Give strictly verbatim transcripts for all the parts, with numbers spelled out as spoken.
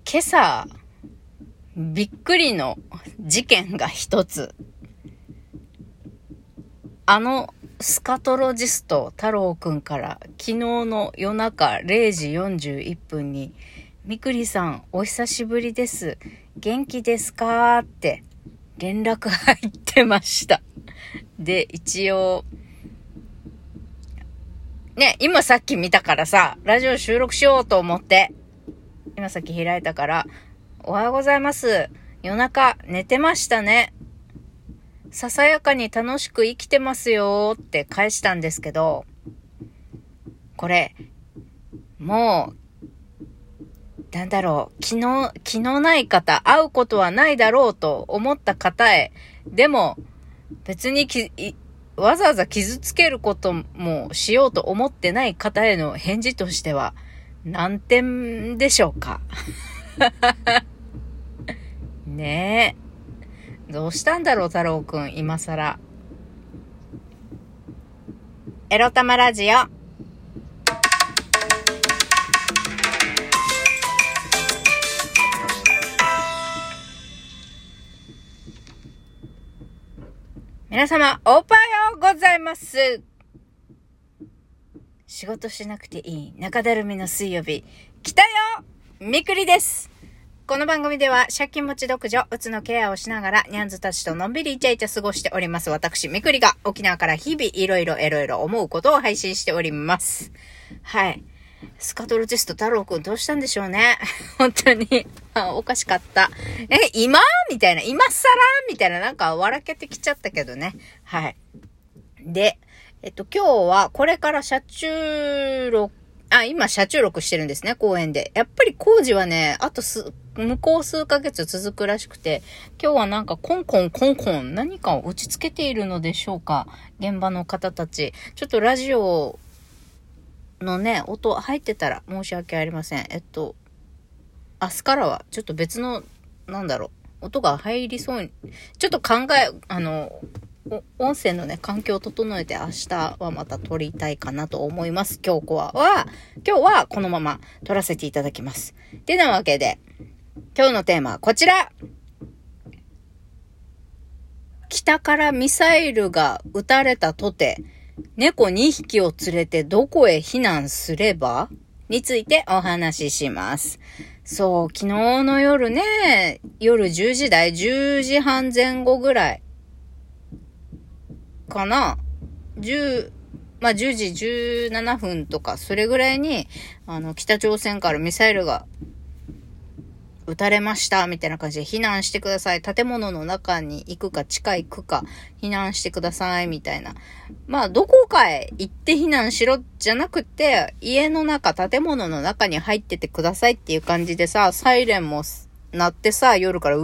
今朝、びっくりの事件が一つ。あのスカトロジスト太郎くんから昨日の夜中れいじよんじゅういっぷんにみくりさんお久しぶりです。元気ですかって連絡入ってました。で、一応、ね、今さっき見たからさ、ラジオ収録しようと思って、今さっき開いたから、おはようございます。夜中寝てましたね。ささやかに楽しく生きてますよって返したんですけど、これ、もう、なんだろう、気の、気のない方、会うことはないだろうと思った方へ、でも、別にき、わざわざ傷つけることもしようと思ってない方への返事としては、何点でしょうかねえ。どうしたんだろう、太郎くん、今更。エロ玉ラジオ。皆様、おはようございます。仕事しなくていい中だるみの水曜日、来たよみくりです。この番組では借金持ち独女、うつのケアをしながらニャンズたちとのんびりイチャイチャ過ごしております私みくりが沖縄から日々いろいろいろいろ思うことを配信しております。はい。スカトロジスト太郎くんどうしたんでしょうね。本当にあおかしかった。え、今みたいな、今更みたいな、なんか笑けてきちゃったけどね。はい。で、えっと今日はこれから車中録あ、今車中録してるんですね、公園で。やっぱり工事はね、あとす、向こう数ヶ月続くらしくて、今日はなんかコンコンコンコン何かを打ち付けているのでしょうか。現場の方たち。ちょっとラジオのね、音入ってたら申し訳ありません。えっと、明日からはちょっと別の、なんだろう、音が入りそうに、ちょっと考え、あの、音声のね、環境を整えて明日はまた撮りたいかなと思います。今日は、今日はこのまま撮らせていただきます。でなわけで、今日のテーマはこちら。北からミサイルが撃たれたとて、猫にひきを連れてどこへ避難すればについてお話しします。そう、昨日の夜ね、夜じゅうじ台、じゅうじはんぜん後ぐらいかな。じゅう、まあ、じゅうじじゅうななふんとか、それぐらいに、あの、北朝鮮からミサイルが撃たれました、みたいな感じで避難してください。建物の中に行くか、地下行くか、避難してください、みたいな。まあ、どこかへ行って避難しろ、じゃなくて、家の中、建物の中に入っててくださいっていう感じでさ、サイレンも鳴ってさ、夜からう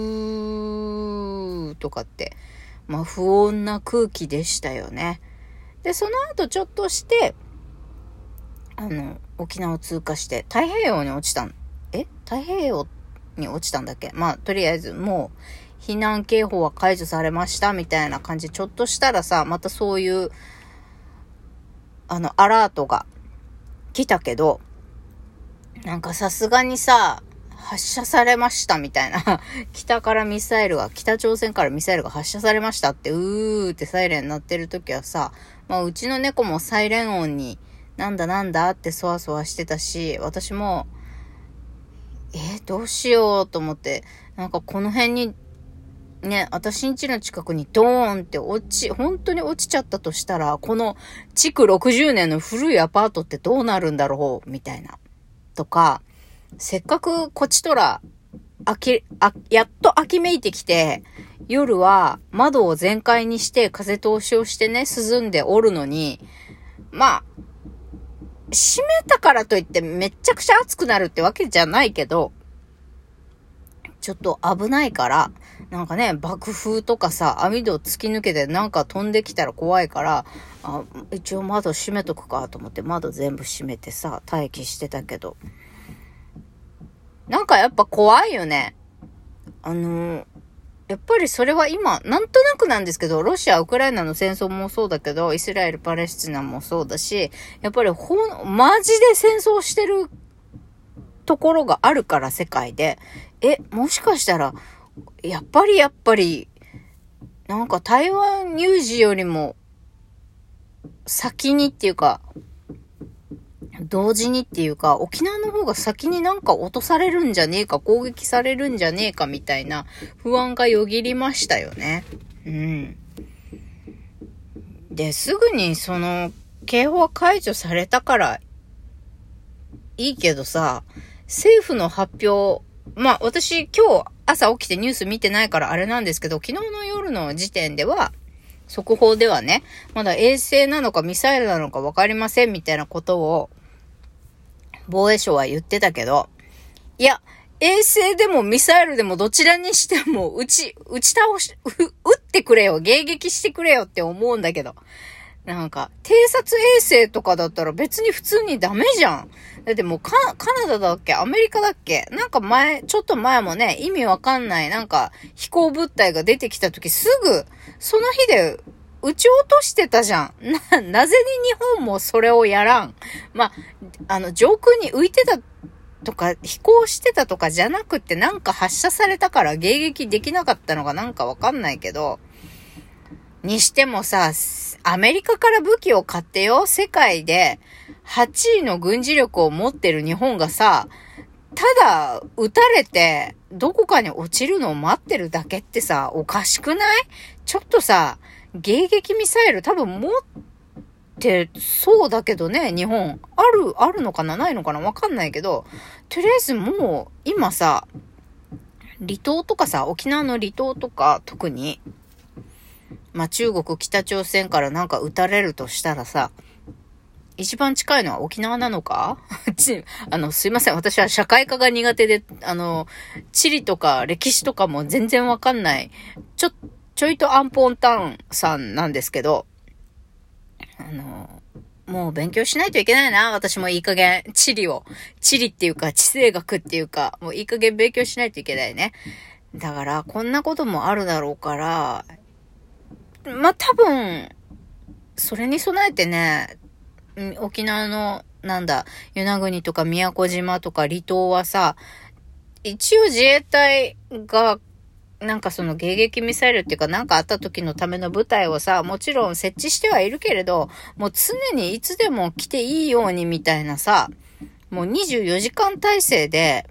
ーとかって、まあ、不穏な空気でしたよね。で、その後ちょっとして、あの、沖縄を通過して、太平洋に落ちたん、え太平洋に落ちたんだっけ。まあ、とりあえず、もう、避難警報は解除されました、みたいな感じ。ちょっとしたらさ、またそういう、あの、アラートが来たけど、なんかさすがにさ、発射されましたみたいな北からミサイルが北朝鮮からミサイルが発射されましたってうーってサイレン鳴ってる時はさ、まあうちの猫もサイレン音になんだなんだってそわそわしてたし、私もえー、どうしようと思って、なんかこの辺にね、私ん家の近くにドーンって落ち本当に落ちちゃったとしたら、この築ろくじゅうねんの古いアパートってどうなるんだろうみたいなとか、せっかくこちとら、あき、あ、やっと秋めいてきて、夜は窓を全開にして風通しをしてね、涼んでおるのに、まあ、閉めたからといってめっちゃくちゃ暑くなるってわけじゃないけど、ちょっと危ないから、なんかね、爆風とかさ、網戸突き抜けてなんか飛んできたら怖いから、あ、一応窓閉めとくかと思って窓全部閉めてさ、待機してたけど、なんかやっぱ怖いよね。あのー、やっぱりそれは今、なんとなくなんですけど、ロシア、ウクライナの戦争もそうだけど、イスラエル、パレスチナもそうだし、やっぱりほん、マジで戦争してるところがあるから世界で、え、もしかしたら、やっぱりやっぱり、なんか台湾有事よりも先にっていうか、同時にっていうか、沖縄の方が先になんか落とされるんじゃねえか、攻撃されるんじゃねえかみたいな不安がよぎりましたよね。うん。で、すぐにその警報は解除されたからいいけどさ、政府の発表、まあ私今日朝起きてニュース見てないからあれなんですけど、昨日の夜の時点では、速報ではね、まだ衛星なのかミサイルなのかわかりませんみたいなことを防衛省は言ってたけど、いや、衛星でもミサイルでもどちらにしても撃ち、撃ち倒し、撃ってくれよ、迎撃してくれよって思うんだけど。なんか、偵察衛星とかだったら別に普通にダメじゃん。だってもうカ、カナダだっけアメリカだっけなんか前、ちょっと前もね、意味わかんない、なんか飛行物体が出てきた時すぐ、その日で撃ち落としてたじゃん。な、なぜに日本もそれをやらん。まあ、あの、上空に浮いてたとか、飛行してたとかじゃなくて、なんか発射されたから迎撃できなかったのがなんかわかんないけど、にしてもさ、アメリカから武器を買ってよ、世界ではちいの軍事力を持ってる日本がさ、ただ撃たれてどこかに落ちるのを待ってるだけってさ、おかしくない？ちょっとさ、迎撃ミサイル多分持ってそうだけどね、日本。ある、あるのかなないのかなわかんないけど、とりあえずもう今さ、離島とかさ、沖縄の離島とか特に、まあ中国、北朝鮮からなんか撃たれるとしたらさ、一番近いのは沖縄なのかあの、すいません。私は社会科が苦手で、あの、地理とか歴史とかも全然わかんない。ちょ、ちょいとアンポンタンさんなんですけど、あの、もう勉強しないといけないな。私もいい加減、地理を。地理っていうか、地政学っていうか、もういい加減勉強しないといけないね。だから、こんなこともあるだろうから、まあ、多分、それに備えてね、沖縄の、なんだ、与那国とか宮古島とか離島はさ、一応自衛隊が、なんかその迎撃ミサイルっていうかなんかあった時のための部隊をさ、もちろん設置してはいるけれど、もう常にいつでも来ていいようにみたいなさ、もうにじゅうよじかん体制で、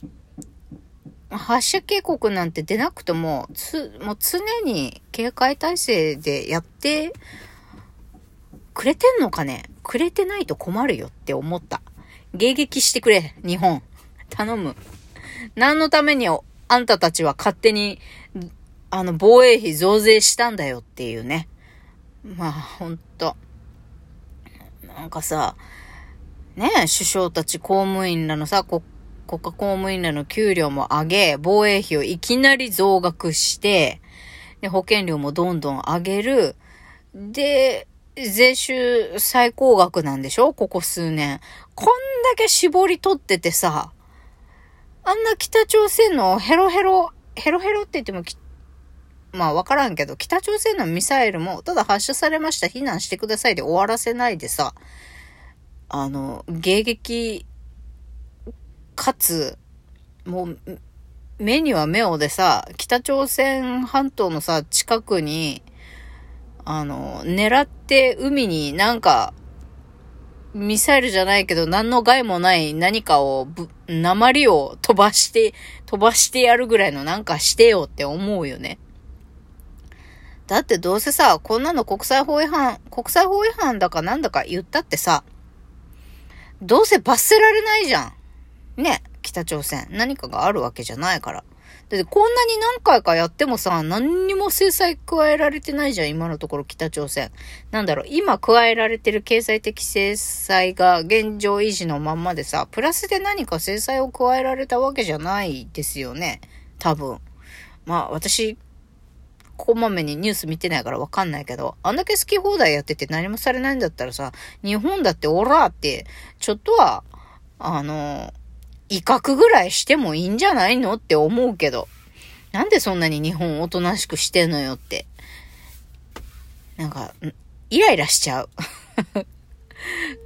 発射警告なんて出なくても、つ、もう常に警戒体制でやってくれてんのかね？くれてないと困るよって思った。迎撃してくれ、日本。頼む。何のためにあんたたちは勝手に、あの、防衛費増税したんだよっていうね。まあ、ほんと。なんかさ、ねえ、首相たち公務員らのさ、国国家公務員らの給料も上げ、防衛費をいきなり増額して、で、保険料もどんどん上げる。で、税収最高額なんでしょ？ここ数年。こんだけ絞り取っててさ、あんな北朝鮮のヘロヘロ、ヘロヘロって言ってもき、まあわからんけど、北朝鮮のミサイルも、ただ発射されました、避難してくださいで終わらせないでさ、あの、迎撃、かつ、もう、目には目をでさ、北朝鮮半島のさ、近くに、あの、狙って海になんか、ミサイルじゃないけど何の害もない何かをぶ、鉛を飛ばして、飛ばしてやるぐらいのなんかしてよって思うよね。だってどうせさ、こんなの国際法違反、国際法違反だかなんだか言ったってさ、どうせ罰せられないじゃん。ね、北朝鮮。何かがあるわけじゃないから。だってこんなに何回かやってもさ、何にも制裁加えられてないじゃん、今のところ北朝鮮。なんだろう、今加えられてる経済的制裁が現状維持のまんまでさ、プラスで何か制裁を加えられたわけじゃないですよね。多分。まあ私、こまめにニュース見てないからわかんないけど、あんだけ好き放題やってて何もされないんだったらさ、日本だってオラーって、ちょっとは、あの、威嚇ぐらいしてもいいんじゃないのって思うけど、なんでそんなに日本おとなしくしてんのよって。なんか、イライラしちゃう。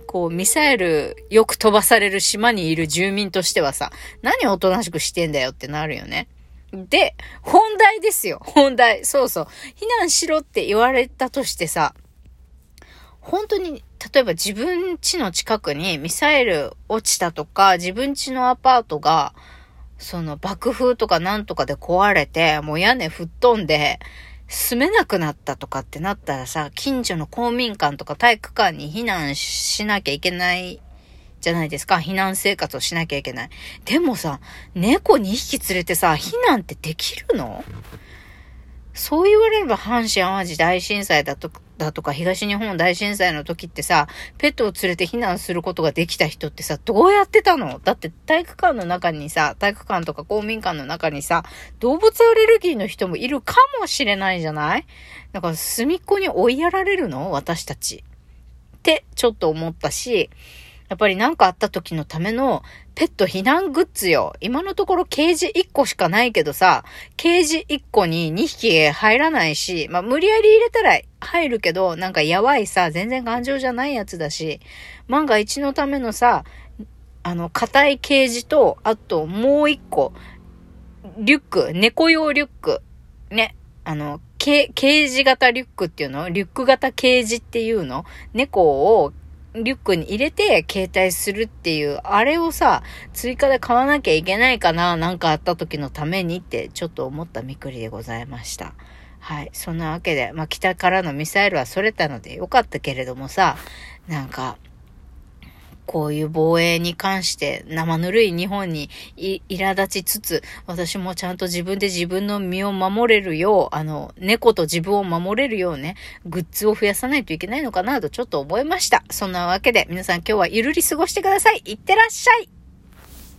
こう、ミサイルよく飛ばされる島にいる住民としてはさ、何おとなしくしてんだよってなるよね。で、本題ですよ。本題。そうそう。避難しろって言われたとしてさ、本当に、例えば自分家の近くにミサイル落ちたとか、自分家のアパートが、その爆風とかなんとかで壊れて、もう屋根吹っ飛んで、住めなくなったとかってなったらさ、近所の公民館とか体育館に避難しなきゃいけないじゃないですか。避難生活をしなきゃいけない。でもさ、猫にひき連れてさ、避難ってできるの？そう言われれば阪神淡路大震災だとだとか東日本大震災の時ってさ、ペットを連れて避難することができた人ってさ、どうやってたの？だって体育館の中にさ、体育館とか公民館の中にさ、動物アレルギーの人もいるかもしれないじゃない？だから隅っこに追いやられるの？私たち。ってちょっと思ったし、やっぱり何かあった時のためのペット避難グッズよ。今のところケージいっこしかないけどさ、ケージいっこににひき入らないし、まあ無理やり入れたら入るけど、なんかやばいさ、全然頑丈じゃないやつだし、万が一のためのさ、あの、硬いケージと、あともういっこ、リュック、猫用リュック、ね、あの、ケ, ケージ型リュックっていうの？リュック型ケージっていうの？猫をリュックに入れて携帯するっていう、あれをさ、追加で買わなきゃいけないかな、なんかあった時のためにってちょっと思ったみくりでございました。はい。そんなわけで、まあ、北からのミサイルはそれたのでよかったけれどもさ、なんか、こういう防衛に関して生ぬるい日本にい苛立ちつつ、私もちゃんと自分で自分の身を守れるよう、あの、猫と自分を守れるようね、グッズを増やさないといけないのかなとちょっと思いました。そんなわけで皆さん今日はゆるり過ごしてください。いってらっしゃい。